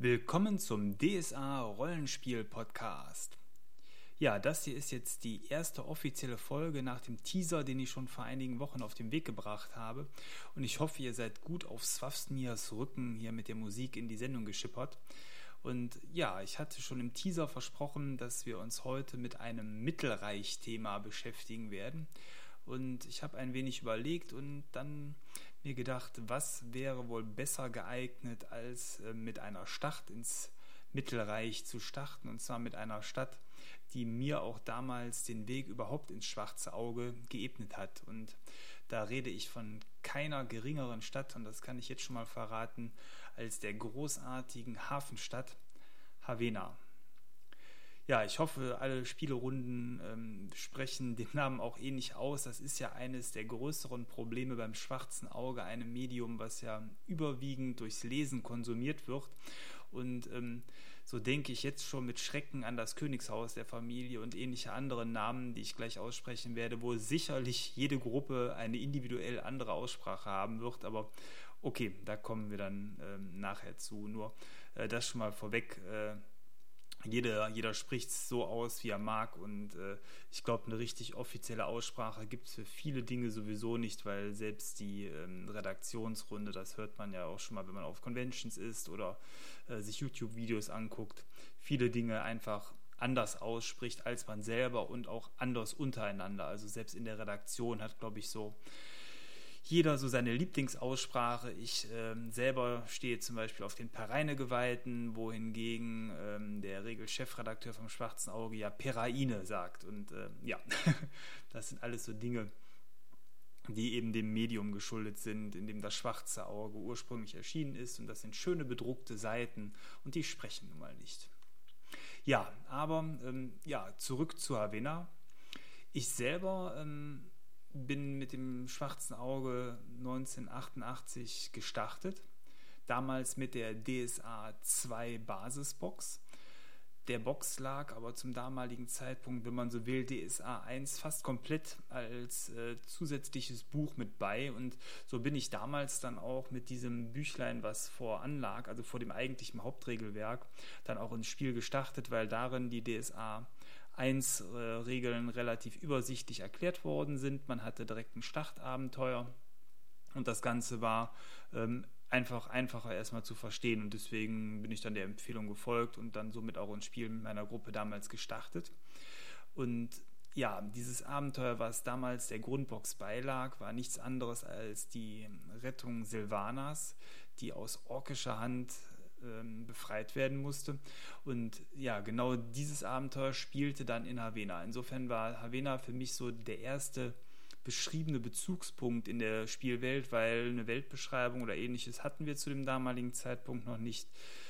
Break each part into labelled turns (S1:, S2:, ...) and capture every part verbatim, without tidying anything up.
S1: Willkommen zum D S A Rollenspiel Podcast. Ja, das hier ist jetzt die erste offizielle Folge nach dem Teaser, den ich schon vor einigen Wochen auf den Weg gebracht habe. Und ich hoffe, ihr seid gut auf Swafsnirs Rücken hier mit der Musik in die Sendung geschippert. Und ja, ich hatte schon im Teaser versprochen, dass wir uns heute mit einem Mittelreich-Thema beschäftigen werden. Und ich habe ein wenig überlegt und dann mir gedacht, was wäre wohl besser geeignet, als äh, mit einer Stadt ins Mittelreich zu starten. Und zwar mit einer Stadt, die mir auch damals den Weg überhaupt ins Schwarze Auge geebnet hat. Und da rede ich von keiner geringeren Stadt, und das kann ich jetzt schon mal verraten, als der großartigen Hafenstadt Havena. Ja, ich hoffe, alle Spielerunden ähm, sprechen den Namen auch ähnlich aus. Das ist ja eines der größeren Probleme beim Schwarzen Auge, einem Medium, was ja überwiegend durchs Lesen konsumiert wird. Und ähm, so denke ich jetzt schon mit Schrecken an das Königshaus der Familie und ähnliche andere Namen, die ich gleich aussprechen werde, wo sicherlich jede Gruppe eine individuell andere Aussprache haben wird. Aber okay, da kommen wir dann ähm, nachher zu. Nur äh, das schon mal vorweg. Äh, Jeder, jeder spricht es so aus, wie er mag, und äh, ich glaube, eine richtig offizielle Aussprache gibt es für viele Dinge sowieso nicht, weil selbst die ähm, Redaktionsrunde, das hört man ja auch schon mal, wenn man auf Conventions ist oder äh, sich YouTube-Videos anguckt, viele Dinge einfach anders ausspricht als man selber und auch anders untereinander. Also selbst in der Redaktion hat, glaube ich, so jeder so seine Lieblingsaussprache. Ich ähm, selber stehe zum Beispiel auf den Pereine-Geweihten, wohingegen ähm, der Regel-Chefredakteur vom Schwarzen Auge ja Peraine sagt. Und äh, ja, das sind alles so Dinge, die eben dem Medium geschuldet sind, in dem das Schwarze Auge ursprünglich erschienen ist. Und das sind schöne bedruckte Seiten, und die sprechen nun mal nicht. Ja, aber ähm, ja, zurück zu Havena. Ich selber ähm, bin mit dem Schwarzen Auge neunzehnhundertachtundachtzig gestartet, damals mit der D S A zwei Basisbox. Der Box lag aber zum damaligen Zeitpunkt, wenn man so will, D S A eins fast komplett als äh, zusätzliches Buch mit bei, und so bin ich damals dann auch mit diesem Büchlein, was voran lag, also vor dem eigentlichen Hauptregelwerk, dann auch ins Spiel gestartet, weil darin die D S A eins äh, Regeln relativ übersichtlich erklärt worden sind. Man hatte direkt ein Startabenteuer, und das Ganze war ähm, einfach einfacher erstmal zu verstehen, und deswegen bin ich dann der Empfehlung gefolgt und dann somit auch ins Spiel mit meiner Gruppe damals gestartet. Und ja, dieses Abenteuer, was damals der Grundbox beilag, war nichts anderes als die Rettung Silvanas, die aus orkischer Hand befreit werden musste. Und ja, genau dieses Abenteuer spielte dann in Havena. Insofern war Havena für mich so der erste beschriebene Bezugspunkt in der Spielwelt, weil eine Weltbeschreibung oder ähnliches hatten wir zu dem damaligen Zeitpunkt noch nicht.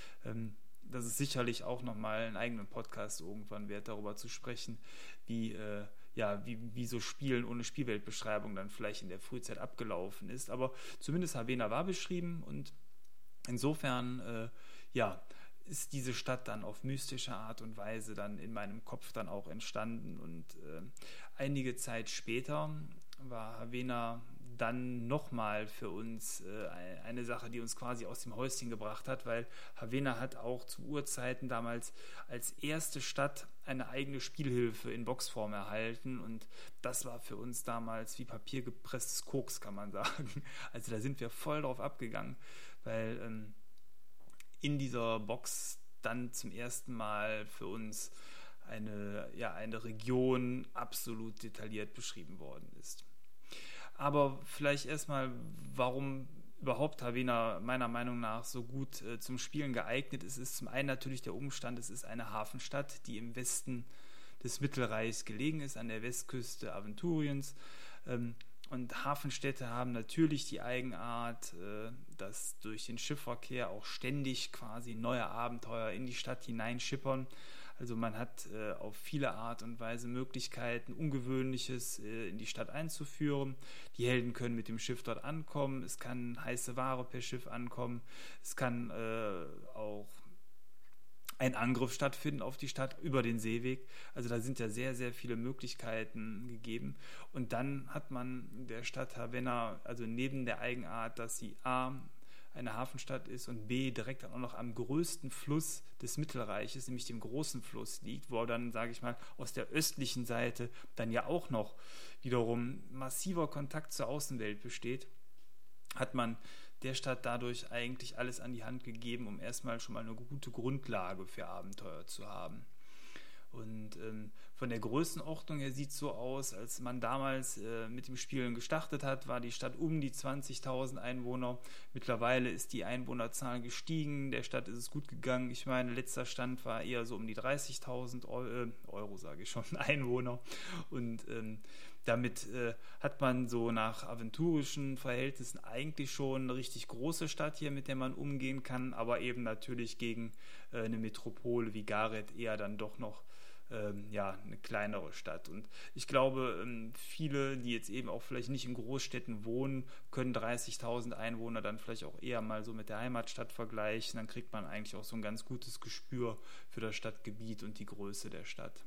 S1: Das ist sicherlich auch nochmal einen eigenen Podcast irgendwann wert, darüber zu sprechen, wie, äh, ja, wie, wie so Spielen ohne Spielweltbeschreibung dann vielleicht in der Frühzeit abgelaufen ist. Aber zumindest Havena war beschrieben, und insofern, äh, ja, ist diese Stadt dann auf mystische Art und Weise dann in meinem Kopf dann auch entstanden. Und äh, einige Zeit später war Havena dann nochmal für uns äh, eine Sache, die uns quasi aus dem Häuschen gebracht hat, weil Havena hat auch zu Urzeiten damals als erste Stadt eine eigene Spielhilfe in Boxform erhalten, und das war für uns damals wie papiergepresstes Koks, kann man sagen. Also da sind wir voll drauf abgegangen, weil ähm, in dieser Box dann zum ersten Mal für uns eine, ja, eine Region absolut detailliert beschrieben worden ist. Aber vielleicht erstmal, warum überhaupt Havena meiner Meinung nach so gut äh, zum Spielen geeignet ist, ist zum einen natürlich der Umstand, es ist eine Hafenstadt, die im Westen des Mittelreichs gelegen ist, an der Westküste Aventuriens. Ähm, Und Hafenstädte haben natürlich die Eigenart, dass durch den Schiffverkehr auch ständig quasi neue Abenteuer in die Stadt hineinschippern. Also man hat auf viele Art und Weise Möglichkeiten, Ungewöhnliches in die Stadt einzuführen. Die Helden können mit dem Schiff dort ankommen. Es kann heiße Ware per Schiff ankommen. Es kann auch ein Angriff stattfinden auf die Stadt über den Seeweg. Also da sind ja sehr, sehr viele Möglichkeiten gegeben. Und dann hat man der Stadt Havena, also neben der Eigenart, dass sie A, eine Hafenstadt ist und B, direkt dann auch noch am größten Fluss des Mittelreiches, nämlich dem großen Fluss liegt, wo dann, sage ich mal, aus der östlichen Seite dann ja auch noch wiederum massiver Kontakt zur Außenwelt besteht, hat man der Stadt dadurch eigentlich alles an die Hand gegeben, um erstmal schon mal eine gute Grundlage für Abenteuer zu haben. Und ähm, von der Größenordnung her sieht es so aus, als man damals äh, mit dem Spielen gestartet hat, war die Stadt um die zwanzigtausend Einwohner. Mittlerweile ist die Einwohnerzahl gestiegen, der Stadt ist es gut gegangen. Ich meine, letzter Stand war eher so um die dreißigtausend Euro, äh, Euro sage ich schon, Einwohner. Und ähm, damit äh, hat man so nach aventurischen Verhältnissen eigentlich schon eine richtig große Stadt hier, mit der man umgehen kann, aber eben natürlich gegen äh, eine Metropole wie Gareth eher dann doch noch ähm, ja, eine kleinere Stadt. Und ich glaube, ähm, viele, die jetzt eben auch vielleicht nicht in Großstädten wohnen, können dreißigtausend Einwohner dann vielleicht auch eher mal so mit der Heimatstadt vergleichen. Dann kriegt man eigentlich auch so ein ganz gutes Gespür für das Stadtgebiet und die Größe der Stadt.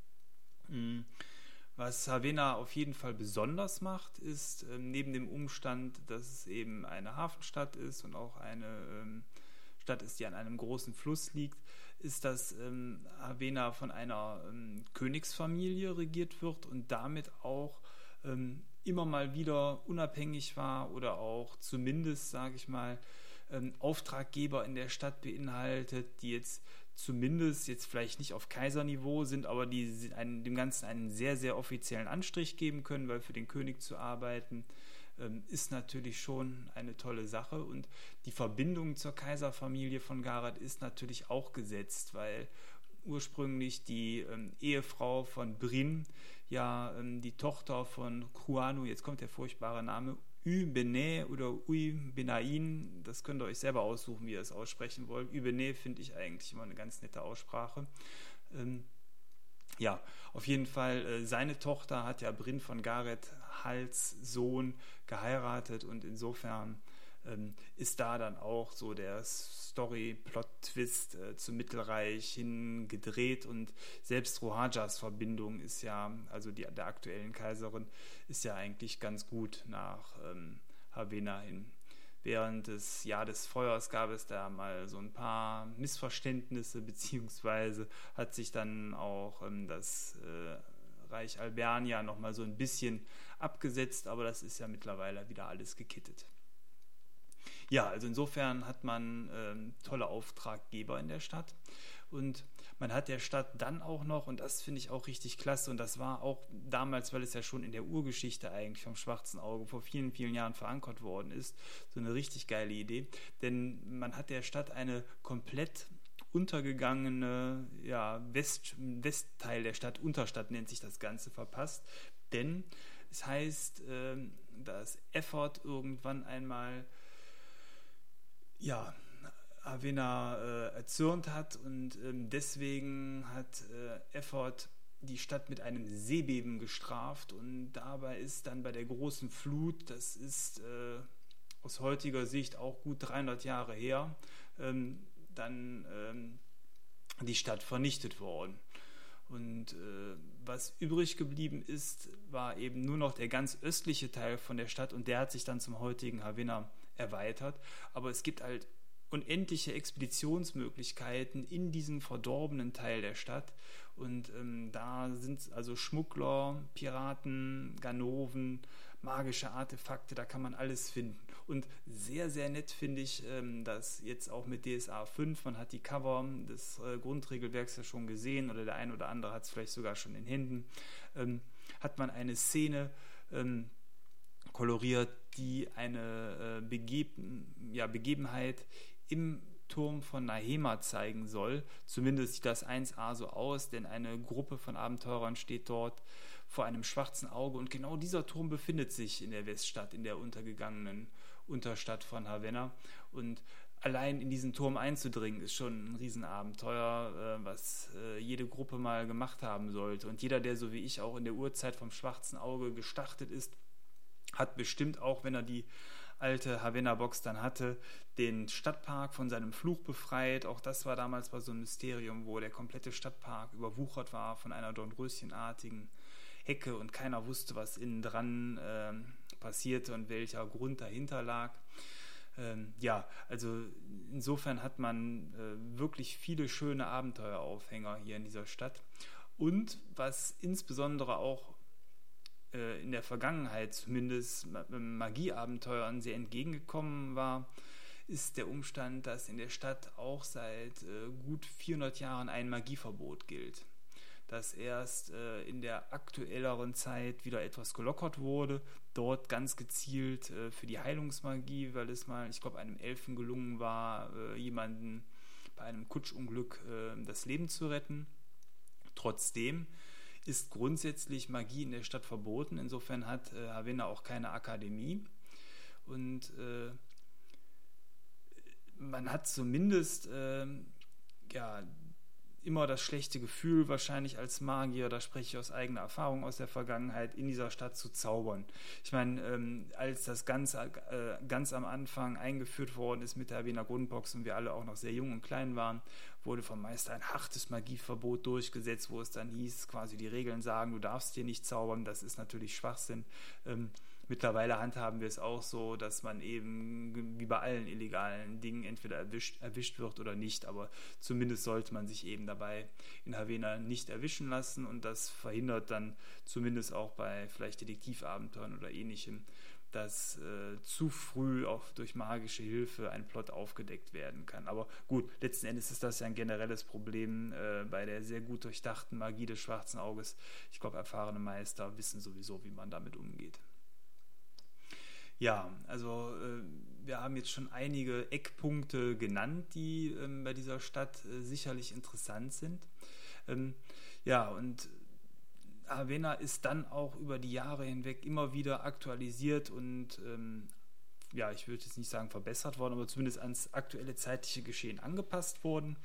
S1: Mhm. Was Havena auf jeden Fall besonders macht, ist ähm, neben dem Umstand, dass es eben eine Hafenstadt ist und auch eine ähm, Stadt ist, die an einem großen Fluss liegt, ist, dass ähm, Havena von einer ähm, Königsfamilie regiert wird und damit auch ähm, immer mal wieder unabhängig war oder auch zumindest, sage ich mal, ähm, Auftraggeber in der Stadt beinhaltet, die jetzt zumindest jetzt vielleicht nicht auf Kaiserniveau sind, aber die einen, dem Ganzen einen sehr, sehr offiziellen Anstrich geben können, weil für den König zu arbeiten ähm, ist natürlich schon eine tolle Sache und die Verbindung zur Kaiserfamilie von Gareth ist natürlich auch gesetzt, weil ursprünglich die ähm, Ehefrau von Brin ja ähm, die Tochter von Kruanu, jetzt kommt der furchtbare Name, Ü-Bene oder Ui-Benain, das könnt ihr euch selber aussuchen, wie ihr es aussprechen wollt. Ü-Bene finde ich eigentlich immer eine ganz nette Aussprache. Ähm, ja, auf jeden Fall, äh, seine Tochter hat ja Brin von Gareth Halls Sohn geheiratet und insofern ähm, ist da dann auch so der Story-Plot-Twist äh, zum Mittelreich hin gedreht und selbst Rohajas Verbindung ist ja, also die der aktuellen Kaiserin, ist ja eigentlich ganz gut nach ähm, Havena hin. Während des Jahr des Feuers gab es da mal so ein paar Missverständnisse, beziehungsweise hat sich dann auch ähm, das äh, Reich Albernia nochmal so ein bisschen abgesetzt, aber das ist ja mittlerweile wieder alles gekittet. Ja, also insofern hat man ähm, tolle Auftraggeber in der Stadt und man hat der Stadt dann auch noch, und das finde ich auch richtig klasse, und das war auch damals, weil es ja schon in der Urgeschichte eigentlich vom Schwarzen Auge vor vielen, vielen Jahren verankert worden ist, so eine richtig geile Idee, denn man hat der Stadt eine komplett untergegangene ja, West, Westteil der Stadt, Unterstadt nennt sich das Ganze, verpasst, denn es heißt, ähm, dass Effort irgendwann einmal ja, Havena äh, erzürnt hat und ähm, deswegen hat äh, Effort die Stadt mit einem Seebeben gestraft und dabei ist dann bei der großen Flut, das ist äh, aus heutiger Sicht auch gut dreihundert Jahre her, ähm, dann ähm, die Stadt vernichtet worden. Und äh, was übrig geblieben ist, war eben nur noch der ganz östliche Teil von der Stadt und der hat sich dann zum heutigen Havena erweitert. Aber es gibt halt unendliche Expeditionsmöglichkeiten in diesen verdorbenen Teil der Stadt und ähm, da sind also Schmuggler, Piraten, Ganoven, magische Artefakte, da kann man alles finden. Und sehr, sehr nett finde ich, ähm, dass jetzt auch mit D S A fünf, man hat die Cover des äh, Grundregelwerks ja schon gesehen oder der ein oder andere hat es vielleicht sogar schon in Händen, ähm, hat man eine Szene ähm, koloriert, die eine äh, Begeben, ja, Begebenheit im Turm von Nahema zeigen soll. Zumindest sieht das eins a so aus, denn eine Gruppe von Abenteurern steht dort vor einem schwarzen Auge und genau dieser Turm befindet sich in der Weststadt, in der untergegangenen Unterstadt von Havena und allein in diesen Turm einzudringen ist schon ein Riesenabenteuer, äh, was äh, jede Gruppe mal gemacht haben sollte und jeder, der so wie ich auch in der Urzeit vom schwarzen Auge gestartet ist, hat bestimmt auch, wenn er die alte Havena-Box dann hatte, den Stadtpark von seinem Fluch befreit. Auch das war damals bei so einem Mysterium, wo der komplette Stadtpark überwuchert war von einer Dornröschenartigen Hecke und keiner wusste, was innen dran äh, passierte und welcher Grund dahinter lag. Ähm, ja, also insofern hat man äh, wirklich viele schöne Abenteueraufhänger hier in dieser Stadt. Und was insbesondere auch äh, in der Vergangenheit zumindest Magieabenteuern sehr entgegengekommen war, ist der Umstand, dass in der Stadt auch seit äh, gut vierhundert Jahren ein Magieverbot gilt, das erst äh, in der aktuelleren Zeit wieder etwas gelockert wurde, dort ganz gezielt äh, für die Heilungsmagie, weil es mal, ich glaube, einem Elfen gelungen war, äh, jemanden bei einem Kutschunglück äh, das Leben zu retten. Trotzdem ist grundsätzlich Magie in der Stadt verboten, insofern hat äh, Havenna auch keine Akademie und äh, man hat zumindest äh, ja, immer das schlechte Gefühl, wahrscheinlich als Magier, da spreche ich aus eigener Erfahrung aus der Vergangenheit, in dieser Stadt zu zaubern. Ich meine, ähm, als das ganz, äh, ganz am Anfang eingeführt worden ist mit der Havenna Grundbox und wir alle auch noch sehr jung und klein waren, wurde vom Meister ein hartes Magieverbot durchgesetzt, wo es dann hieß, quasi die Regeln sagen, du darfst hier nicht zaubern, das ist natürlich Schwachsinn. Ähm, Mittlerweile handhaben wir es auch so, dass man eben wie bei allen illegalen Dingen entweder erwischt, erwischt wird oder nicht, aber zumindest sollte man sich eben dabei in Havenna nicht erwischen lassen und das verhindert dann zumindest auch bei vielleicht Detektivabenteuern oder ähnlichem, dass äh, zu früh auch durch magische Hilfe ein Plot aufgedeckt werden kann. Aber gut, letzten Endes ist das ja ein generelles Problem äh, bei der sehr gut durchdachten Magie des schwarzen Auges. Ich glaube, erfahrene Meister wissen sowieso, wie man damit umgeht. Ja, also äh, wir haben jetzt schon einige Eckpunkte genannt, die ähm, bei dieser Stadt äh, sicherlich interessant sind. Ähm, ja, und Havenna ist dann auch über die Jahre hinweg immer wieder aktualisiert und ähm, ja, ich würde jetzt nicht sagen verbessert worden, aber zumindest ans aktuelle zeitliche Geschehen angepasst worden.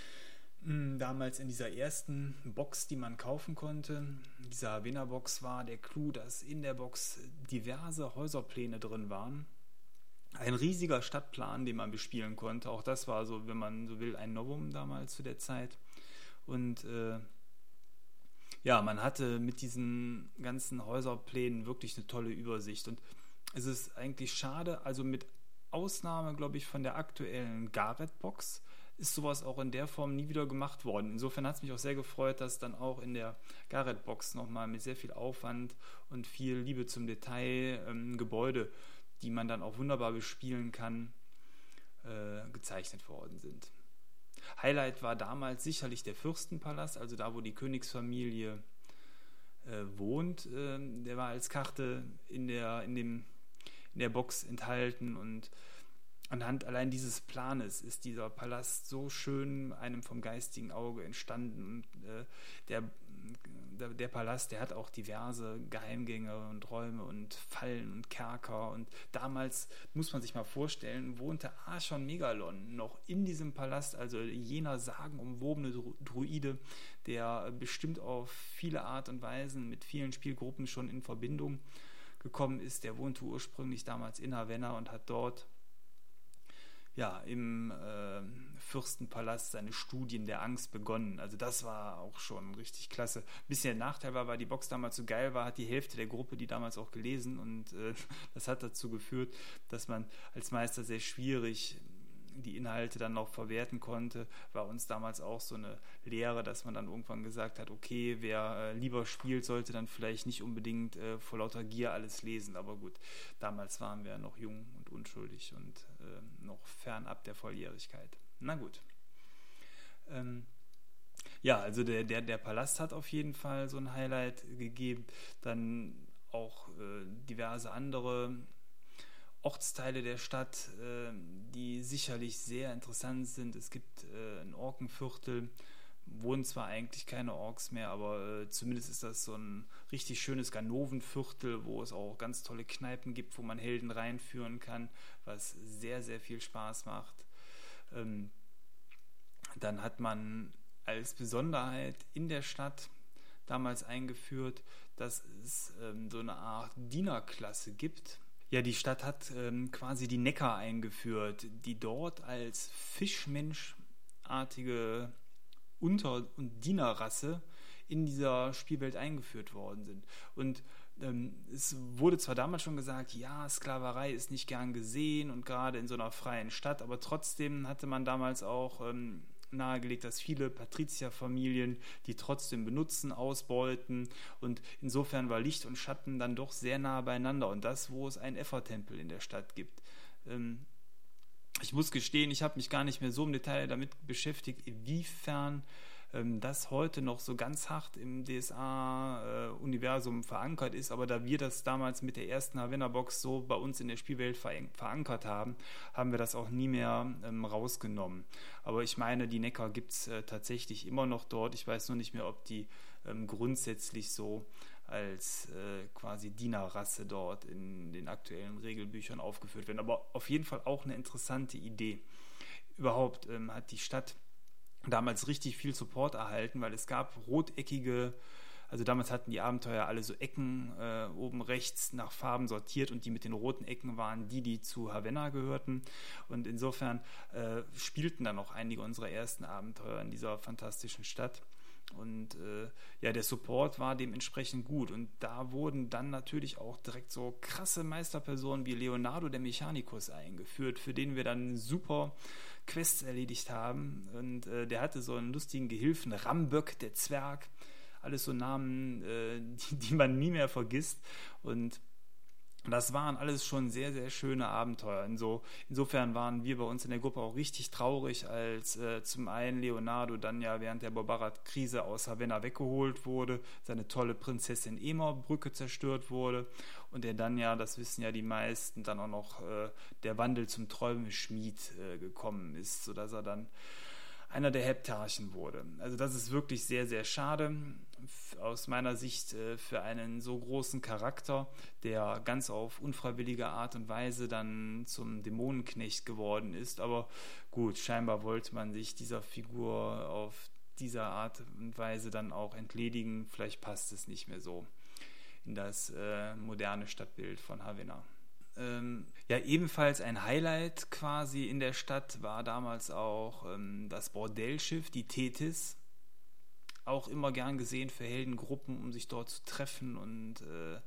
S1: Damals in dieser ersten Box, die man kaufen konnte, dieser Havenna-Box, war der Clou, dass in der Box diverse Häuserpläne drin waren. Ein riesiger Stadtplan, den man bespielen konnte. Auch das war so, wenn man so will, ein Novum damals zu der Zeit. Und äh, ja, man hatte mit diesen ganzen Häuserplänen wirklich eine tolle Übersicht. Und es ist eigentlich schade, also mit Ausnahme, glaube ich, von der aktuellen Gareth-Box, ist sowas auch in der Form nie wieder gemacht worden. Insofern hat es mich auch sehr gefreut, dass dann auch in der Gareth-Box nochmal mit sehr viel Aufwand und viel Liebe zum Detail ähm, Gebäude, die man dann auch wunderbar bespielen kann, äh, gezeichnet worden sind. Highlight war damals sicherlich der Fürstenpalast, also da, wo die Königsfamilie äh, wohnt. Äh, der war als Karte in der, in dem, in der Box enthalten und anhand allein dieses Planes ist dieser Palast so schön einem vom geistigen Auge entstanden. Und äh, der, der, der Palast, der hat auch diverse Geheimgänge und Räume und Fallen und Kerker. Und damals, muss man sich mal vorstellen, wohnte Archon Megalon noch in diesem Palast, also jener sagenumwobene Druide, der bestimmt auf viele Art und Weisen mit vielen Spielgruppen schon in Verbindung gekommen ist. Der wohnte ursprünglich damals in Havenna und hat dort ja, im äh, Fürstenpalast seine Studien der Angst begonnen. Also das war auch schon richtig klasse. Ein bisschen der Nachteil war, weil die Box damals so geil war, hat die Hälfte der Gruppe die damals auch gelesen und äh, das hat dazu geführt, dass man als Meister sehr schwierig die Inhalte dann noch verwerten konnte. War uns damals auch so eine Lehre, dass man dann irgendwann gesagt hat, okay, wer äh, lieber spielt, sollte dann vielleicht nicht unbedingt äh, vor lauter Gier alles lesen. Aber gut, damals waren wir noch jung und unschuldig und äh, noch fernab der Volljährigkeit. Na gut. Ähm, ja, also der, der, der Palast hat auf jeden Fall so ein Highlight gegeben. Dann auch äh, diverse andere Ortsteile der Stadt, äh, die sicherlich sehr interessant sind. Es gibt äh, ein Orkenviertel, wohnen zwar eigentlich keine Orks mehr, aber äh, zumindest ist das so ein richtig schönes Ganovenviertel, wo es auch ganz tolle Kneipen gibt, wo man Helden reinführen kann, was sehr, sehr viel Spaß macht. Ähm, dann hat man als Besonderheit in der Stadt damals eingeführt, dass es ähm, so eine Art Dienerklasse gibt. Ja, die Stadt hat ähm, quasi die Neckar eingeführt, die dort als Fischmenschartige Unter- und Dienerrasse in dieser Spielwelt eingeführt worden sind. Und Ähm, es wurde zwar damals schon gesagt, ja, Sklaverei ist nicht gern gesehen und gerade in so einer freien Stadt, aber trotzdem hatte man damals auch ähm, nahegelegt, dass viele Patrizierfamilien die trotzdem benutzen, ausbeuten, und insofern war Licht und Schatten dann doch sehr nah beieinander, und das, wo es einen Effa-Tempel in der Stadt gibt. Ähm, ich muss gestehen, ich habe mich gar nicht mehr so im Detail damit beschäftigt, inwiefern ähm, das heute noch so ganz hart im D S A-Universum äh, verankert ist, aber da wir das damals mit der ersten Havanna-Box so bei uns in der Spielwelt verankert haben, haben wir das auch nie mehr ähm, rausgenommen. Aber ich meine, die Neckar gibt es äh, tatsächlich immer noch dort. Ich weiß nur nicht mehr, ob die ähm, grundsätzlich so als äh, quasi Dienerrasse dort in den aktuellen Regelbüchern aufgeführt werden. Aber auf jeden Fall auch eine interessante Idee. Überhaupt ähm, hat die Stadt damals richtig viel Support erhalten, weil es gab roteckige, also damals hatten die Abenteuer alle so Ecken äh, oben rechts nach Farben sortiert, und die mit den roten Ecken waren die, die zu Havanna gehörten, und insofern äh, spielten dann auch einige unserer ersten Abenteuer in dieser fantastischen Stadt. Und äh, ja, der Support war dementsprechend gut, und da wurden dann natürlich auch direkt so krasse Meisterpersonen wie Leonardo der Mechanicus eingeführt, für den wir dann super Quests erledigt haben, und äh, der hatte so einen lustigen Gehilfen, Ramböck der Zwerg, alles so Namen, äh, die, die man nie mehr vergisst, und das waren alles schon sehr, sehr schöne Abenteuer. Inso, insofern waren wir bei uns in der Gruppe auch richtig traurig, als äh, zum einen Leonardo dann ja während der Barbarat-Krise aus Havanna weggeholt wurde, seine tolle Prinzessin Emer-Brücke zerstört wurde, und er dann ja, das wissen ja die meisten, dann auch noch äh, der Wandel zum Träumeschmied äh, gekommen ist, sodass er dann einer der Heptarchen wurde. Also das ist wirklich sehr, sehr schade aus meiner Sicht äh, für einen so großen Charakter, der ganz auf unfreiwillige Art und Weise dann zum Dämonenknecht geworden ist. Aber gut, scheinbar wollte man sich dieser Figur auf diese Art und Weise dann auch entledigen. Vielleicht passt es nicht mehr so in das äh, moderne Stadtbild von Havanna. Ähm, ja, ebenfalls ein Highlight quasi in der Stadt war damals auch ähm, das Bordellschiff, die Thetis. Auch immer gern gesehen für Heldengruppen, um sich dort zu treffen und äh,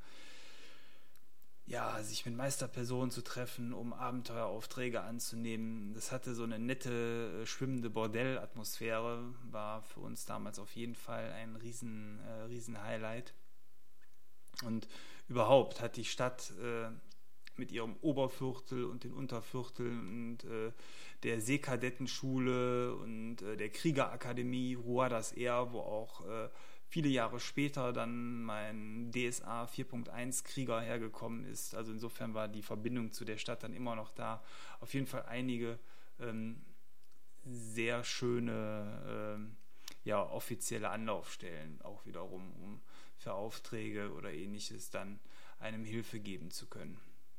S1: ja, sich mit Meisterpersonen zu treffen, um Abenteueraufträge anzunehmen. Das hatte so eine nette, äh, schwimmende Bordellatmosphäre, war für uns damals auf jeden Fall ein riesen, äh, riesen Highlight. Und überhaupt hat die Stadt äh, mit ihrem Oberviertel und den Untervierteln und äh, der Seekadettenschule und äh, der Kriegerakademie Ruadas Air, wo auch äh, viele Jahre später dann mein D S A vier Punkt eins Krieger hergekommen ist. Also insofern war die Verbindung zu der Stadt dann immer noch da. Auf jeden Fall einige ähm, sehr schöne ähm, ja, offizielle Anlaufstellen auch wiederum, um für Aufträge oder ähnliches dann einem Hilfe geben zu können.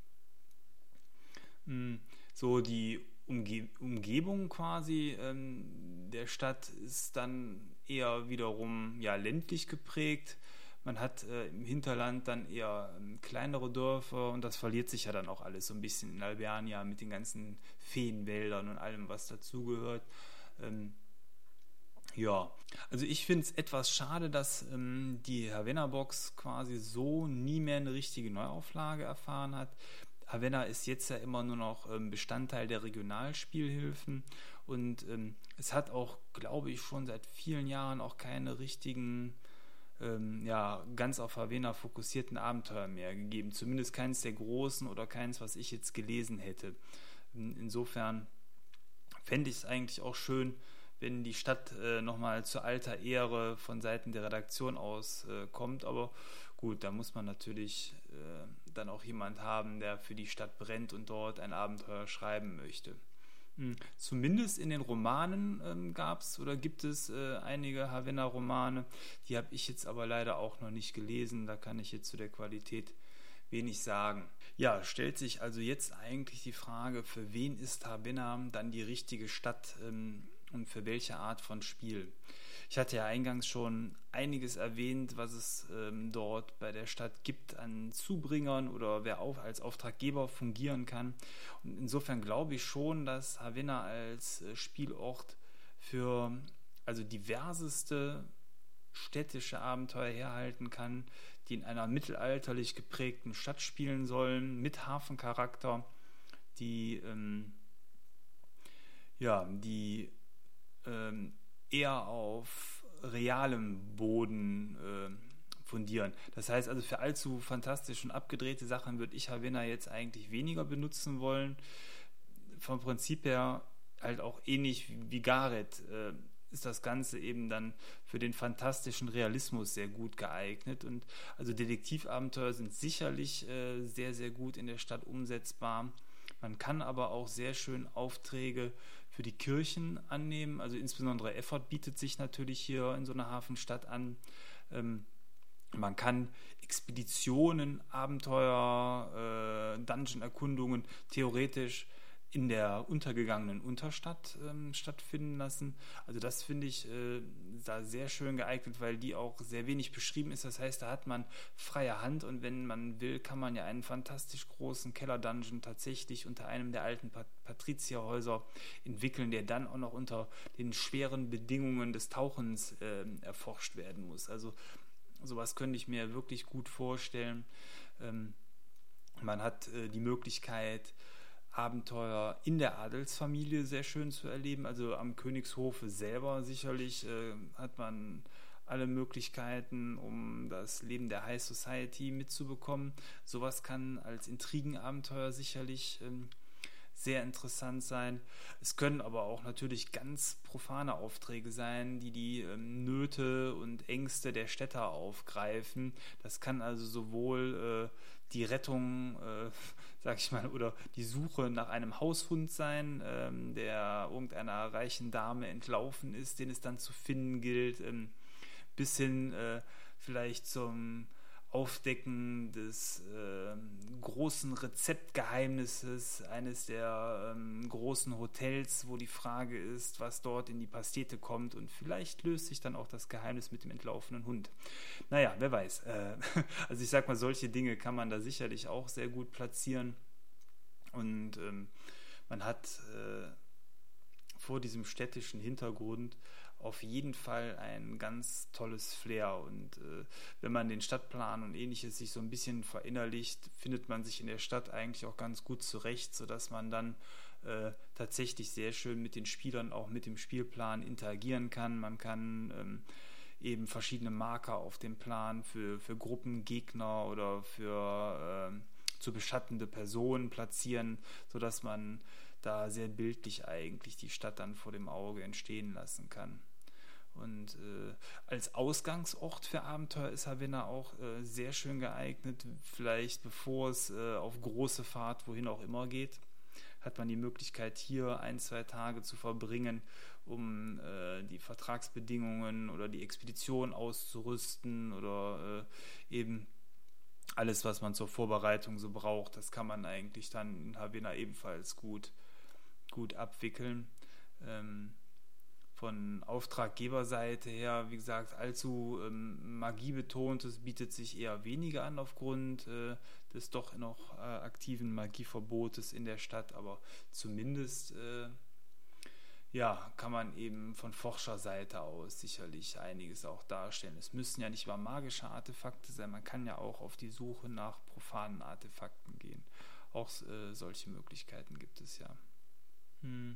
S1: So die Umge- Umgebung quasi ähm, der Stadt ist dann eher wiederum ja, ländlich geprägt. Man hat äh, im Hinterland dann eher ähm, kleinere Dörfer, und das verliert sich ja dann auch alles so ein bisschen in Alvernia mit den ganzen Feenwäldern und allem, was dazugehört. Ähm, ja, also ich finde es etwas schade, dass ähm, die Havanna-Box quasi so nie mehr eine richtige Neuauflage erfahren hat. Havanna ist jetzt ja immer nur noch ähm, Bestandteil der Regionalspielhilfen, und ähm, es hat auch, glaube ich, schon seit vielen Jahren auch keine richtigen, ähm, ja, ganz auf Havanna fokussierten Abenteuer mehr gegeben. Zumindest keins der großen oder keins, was ich jetzt gelesen hätte. Insofern fände ich es eigentlich auch schön, wenn die Stadt äh, nochmal zu alter Ehre von Seiten der Redaktion aus äh, kommt, aber gut, da muss man natürlich äh, dann auch jemand haben, der für die Stadt brennt und dort ein Abenteuer schreiben möchte. Hm. Zumindest in den Romanen ähm, gab es oder gibt es äh, einige Havanna-Romane, die habe ich jetzt aber leider auch noch nicht gelesen, da kann ich jetzt zu der Qualität wenig sagen. Ja, stellt sich also jetzt eigentlich die Frage, für wen ist Havanna dann die richtige Stadt ähm, und für welche Art von Spiel? Ich hatte ja eingangs schon einiges erwähnt, was es ähm, dort bei der Stadt gibt an Zubringern oder wer auch als Auftraggeber fungieren kann. Und insofern glaube ich schon, dass Havanna als äh, Spielort für also diverseste städtische Abenteuer herhalten kann, die in einer mittelalterlich geprägten Stadt spielen sollen, mit Hafencharakter, die, ähm, ja, die ähm, eher auf realem Boden äh, fundieren. Das heißt also, für allzu fantastische und abgedrehte Sachen würde ich Havanna jetzt eigentlich weniger benutzen wollen. Vom Prinzip her halt auch ähnlich wie Gareth äh, ist das Ganze eben dann für den fantastischen Realismus sehr gut geeignet. Und also Detektivabenteuer sind sicherlich äh, sehr, sehr gut in der Stadt umsetzbar. Man kann aber auch sehr schön Aufträge für die Kirchen annehmen. Also insbesondere Effort bietet sich natürlich hier in so einer Hafenstadt an. Ähm, man kann Expeditionen, Abenteuer, äh, Dungeon-Erkundungen theoretisch in der untergegangenen Unterstadt ähm, stattfinden lassen. Also das finde ich äh, da sehr schön geeignet, weil die auch sehr wenig beschrieben ist. Das heißt, da hat man freie Hand und wenn man will, kann man ja einen fantastisch großen Keller-Dungeon tatsächlich unter einem der alten Pat- Patrizierhäuser entwickeln, der dann auch noch unter den schweren Bedingungen des Tauchens äh, erforscht werden muss. Also sowas könnte ich mir wirklich gut vorstellen. Ähm, man hat äh, die Möglichkeit, Abenteuer in der Adelsfamilie sehr schön zu erleben. Also am Königshofe selber sicherlich äh, hat man alle Möglichkeiten, um das Leben der High Society mitzubekommen. Sowas kann als Intrigenabenteuer sicherlich ähm, sehr interessant sein. Es können aber auch natürlich ganz profane Aufträge sein, die die ähm, Nöte und Ängste der Städter aufgreifen. Das kann also sowohl äh, die Rettung, äh, sag ich mal, oder die Suche nach einem Haushund sein, ähm, der irgendeiner reichen Dame entlaufen ist, den es dann zu finden gilt, ähm, bis hin äh, vielleicht zum Aufdecken des äh, großen Rezeptgeheimnisses eines der ähm, großen Hotels, wo die Frage ist, was dort in die Pastete kommt, und vielleicht löst sich dann auch das Geheimnis mit dem entlaufenen Hund. Naja, wer weiß. Äh, also ich sag mal, solche Dinge kann man da sicherlich auch sehr gut platzieren und ähm, man hat äh, vor diesem städtischen Hintergrund auf jeden Fall ein ganz tolles Flair und äh, wenn man den Stadtplan und ähnliches sich so ein bisschen verinnerlicht, findet man sich in der Stadt eigentlich auch ganz gut zurecht, sodass man dann äh, tatsächlich sehr schön mit den Spielern auch mit dem Spielplan interagieren kann. Man kann ähm, eben verschiedene Marker auf dem Plan für, für Gruppen, Gegner oder für äh, zu beschattende Personen platzieren, sodass man da sehr bildlich eigentlich die Stadt dann vor dem Auge entstehen lassen kann. Und äh, als Ausgangsort für Abenteuer ist Havanna auch äh, sehr schön geeignet. Vielleicht bevor es äh, auf große Fahrt, wohin auch immer geht, hat man die Möglichkeit, hier ein, zwei Tage zu verbringen, um äh, die Vertragsbedingungen oder die Expedition auszurüsten oder äh, eben alles, was man zur Vorbereitung so braucht. Das kann man eigentlich dann in Havanna ebenfalls gut, gut abwickeln. Ähm, Von Auftraggeberseite her, wie gesagt, allzu ähm, magiebetontes bietet sich eher weniger an aufgrund äh, des doch noch äh, aktiven Magieverbotes in der Stadt, aber zumindest äh, ja, kann man eben von Forscherseite aus sicherlich einiges auch darstellen. Es müssen ja nicht immer magische Artefakte sein, man kann ja auch auf die Suche nach profanen Artefakten gehen. Auch äh, solche Möglichkeiten gibt es ja. Hm.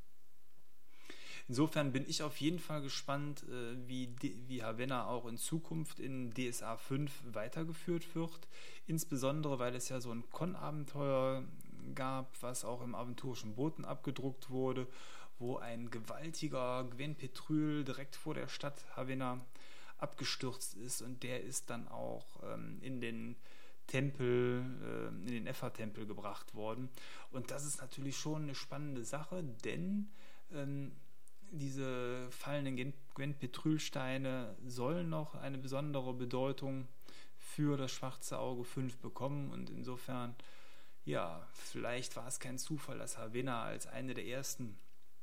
S1: Insofern bin ich auf jeden Fall gespannt, wie, wie Havanna auch in Zukunft in D S A fünf weitergeführt wird. Insbesondere, weil es ja so ein Con-Abenteuer gab, was auch im aventurischen Boten abgedruckt wurde, wo ein gewaltiger Gwen Petrül direkt vor der Stadt Havanna abgestürzt ist und der ist dann auch ähm, in den Tempel, äh, in den Effort-Tempel gebracht worden. Und das ist natürlich schon eine spannende Sache, denn ähm, diese fallenden Gwen-Petrül-Steine sollen noch eine besondere Bedeutung für das Schwarze Auge fünf bekommen und insofern, ja, vielleicht war es kein Zufall, dass Havanna als eine der ersten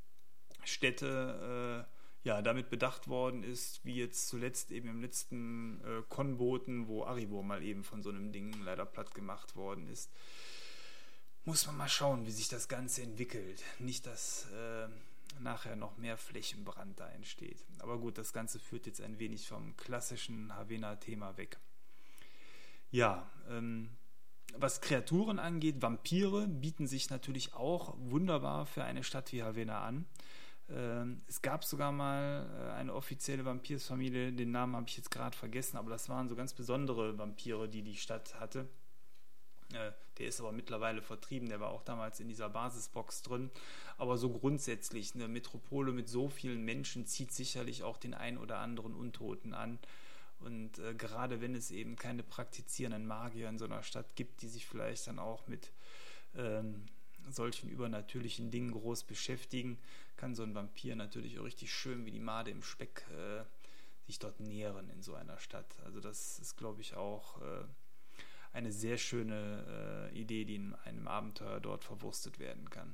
S1: Städte äh, ja, damit bedacht worden ist, wie jetzt zuletzt eben im letzten äh, Konboten, wo Arivor mal eben von so einem Ding leider platt gemacht worden ist. Muss man mal schauen, wie sich das Ganze entwickelt. Nicht, dass äh, nachher noch mehr Flächenbrand da entsteht. Aber gut, das Ganze führt jetzt ein wenig vom klassischen Havanna-Thema weg. Ja, ähm, was Kreaturen angeht, Vampire bieten sich natürlich auch wunderbar für eine Stadt wie Havanna an. Ähm, es gab sogar mal äh, eine offizielle Vampirsfamilie, den Namen habe ich jetzt gerade vergessen, aber das waren so ganz besondere Vampire, die die Stadt hatte. Äh, der ist aber mittlerweile vertrieben, der war auch damals in dieser Basisbox drin. Aber so grundsätzlich, eine Metropole mit so vielen Menschen zieht sicherlich auch den ein oder anderen Untoten an. Und äh, gerade wenn es eben keine praktizierenden Magier in so einer Stadt gibt, die sich vielleicht dann auch mit ähm, solchen übernatürlichen Dingen groß beschäftigen, kann so ein Vampir natürlich auch richtig schön wie die Made im Speck äh, sich dort nähren in so einer Stadt. Also das ist, glaube ich, auch äh, eine sehr schöne äh, Idee, die in einem Abenteuer dort verwurstet werden kann.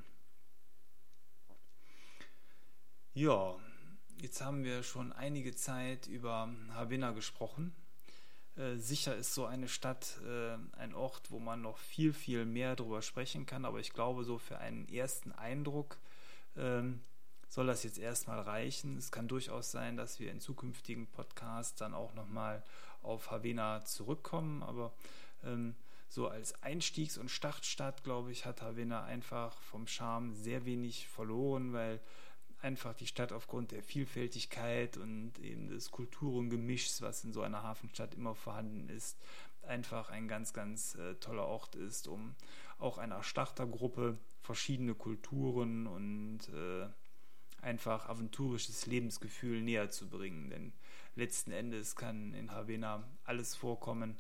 S1: Ja, jetzt haben wir schon einige Zeit über Havanna gesprochen. Äh, sicher ist so eine Stadt äh, ein Ort, wo man noch viel, viel mehr darüber sprechen kann, aber ich glaube, so für einen ersten Eindruck ähm, soll das jetzt erstmal reichen. Es kann durchaus sein, dass wir in zukünftigen Podcasts dann auch nochmal auf Havanna zurückkommen, aber ähm, so als Einstiegs- und Startstadt, glaube ich, hat Havanna einfach vom Charme sehr wenig verloren, weil einfach die Stadt aufgrund der Vielfältigkeit und eben des Kulturengemischs, was in so einer Hafenstadt immer vorhanden ist, einfach ein ganz, ganz äh, toller Ort ist, um auch einer Startergruppe verschiedene Kulturen und äh, einfach aventurisches Lebensgefühl näher zu bringen. Denn letzten Endes kann in Havanna alles vorkommen,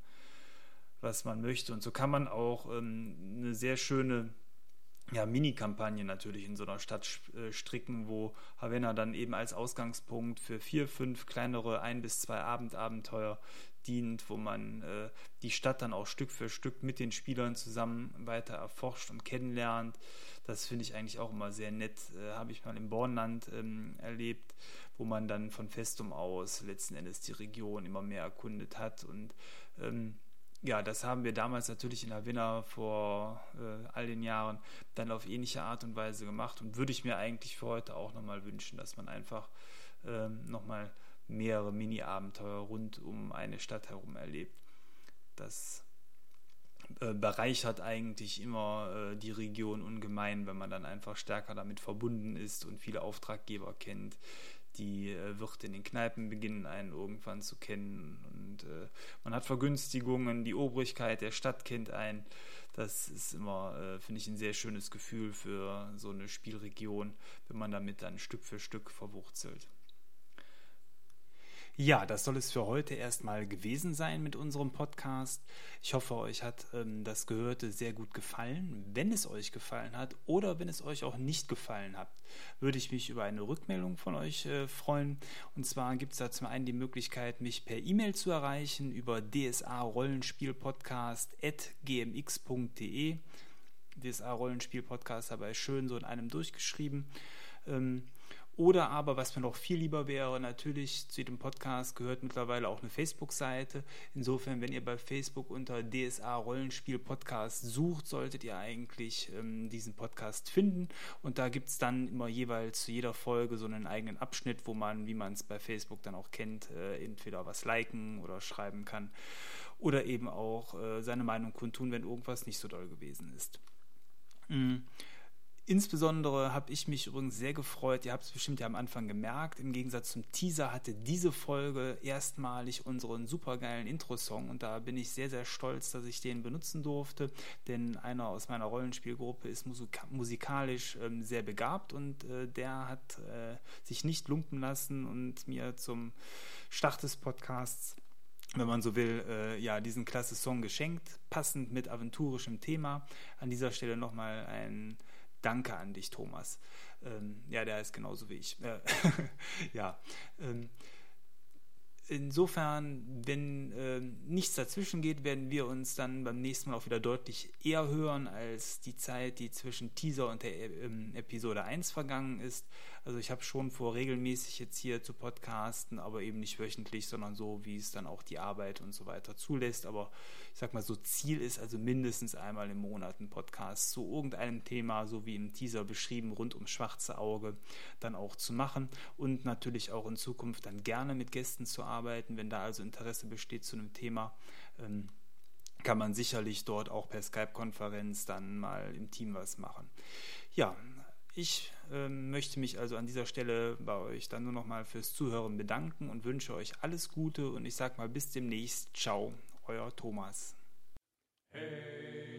S1: was man möchte. Und so kann man auch ähm, eine sehr schöne ja, Mini-Kampagne natürlich in so einer Stadt äh, stricken, wo Havanna dann eben als Ausgangspunkt für vier, fünf kleinere ein bis zwei Abendabenteuer dient, wo man äh, die Stadt dann auch Stück für Stück mit den Spielern zusammen weiter erforscht und kennenlernt. Das finde ich eigentlich auch immer sehr nett. Äh, habe ich mal im Bornland ähm, erlebt, wo man dann von Festum aus letzten Endes die Region immer mehr erkundet hat. Und ähm, ja, das haben wir damals natürlich in Havanna vor äh, all den Jahren dann auf ähnliche Art und Weise gemacht und würde ich mir eigentlich für heute auch nochmal wünschen, dass man einfach ähm, nochmal mehrere Mini-Abenteuer rund um eine Stadt herum erlebt. Das äh, bereichert eigentlich immer äh, die Region ungemein, wenn man dann einfach stärker damit verbunden ist und viele Auftraggeber kennt. Die äh, Wirte in den Kneipen beginnen einen irgendwann zu kennen und äh, man hat Vergünstigungen, die Obrigkeit der Stadt kennt einen. Das ist immer, äh, finde ich, ein sehr schönes Gefühl für so eine Spielregion, wenn man damit dann Stück für Stück verwurzelt. Ja, das soll es für heute erstmal gewesen sein mit unserem Podcast. Ich hoffe, euch hat ähm, das Gehörte sehr gut gefallen. Wenn es euch gefallen hat oder wenn es euch auch nicht gefallen hat, würde ich mich über eine Rückmeldung von euch äh, freuen. Und zwar gibt es da zum einen die Möglichkeit, mich per E-Mail zu erreichen über d s a rollenspielpodcast at g m x punkt d e. D S A Rollenspielpodcast dabei schön so in einem durchgeschrieben. Ähm, Oder aber, was mir noch viel lieber wäre, natürlich zu jedem Podcast gehört mittlerweile auch eine Facebook-Seite. Insofern, wenn ihr bei Facebook unter D S A Rollenspiel Podcast sucht, solltet ihr eigentlich ähm, diesen Podcast finden. Und da gibt es dann immer jeweils zu jeder Folge so einen eigenen Abschnitt, wo man, wie man es bei Facebook dann auch kennt, äh, entweder was liken oder schreiben kann. Oder eben auch äh, seine Meinung kundtun, wenn irgendwas nicht so doll gewesen ist. Mhm. Insbesondere habe ich mich übrigens sehr gefreut, ihr habt es bestimmt ja am Anfang gemerkt, im Gegensatz zum Teaser hatte diese Folge erstmalig unseren supergeilen Intro-Song und da bin ich sehr, sehr stolz, dass ich den benutzen durfte, denn einer aus meiner Rollenspielgruppe ist musika- musikalisch ähm, sehr begabt und äh, der hat äh, sich nicht lumpen lassen und mir zum Start des Podcasts, wenn man so will, äh, ja, diesen klasse Song geschenkt, passend mit aventurischem Thema. An dieser Stelle nochmal ein Danke an dich, Thomas. Ähm, ja, der ist genauso wie ich. Äh, ja, ähm, insofern, wenn äh, nichts dazwischen geht, werden wir uns dann beim nächsten Mal auch wieder deutlich eher hören als die Zeit, die zwischen Teaser und der äh, Episode eins vergangen ist. Also ich habe schon vor, regelmäßig jetzt hier zu podcasten, aber eben nicht wöchentlich, sondern so, wie es dann auch die Arbeit und so weiter zulässt. Aber ich sag mal, so Ziel ist also mindestens einmal im Monat ein Podcast zu irgendeinem Thema, so wie im Teaser beschrieben, rund ums schwarze Auge, dann auch zu machen und natürlich auch in Zukunft dann gerne mit Gästen zu arbeiten, wenn da also Interesse besteht zu einem Thema. Ähm, kann man sicherlich dort auch per Skype-Konferenz dann mal im Team was machen. Ja, ich äh, möchte mich also an dieser Stelle bei euch dann nur noch mal fürs Zuhören bedanken und wünsche euch alles Gute und ich sage mal bis demnächst. Ciao, euer Thomas. Hey.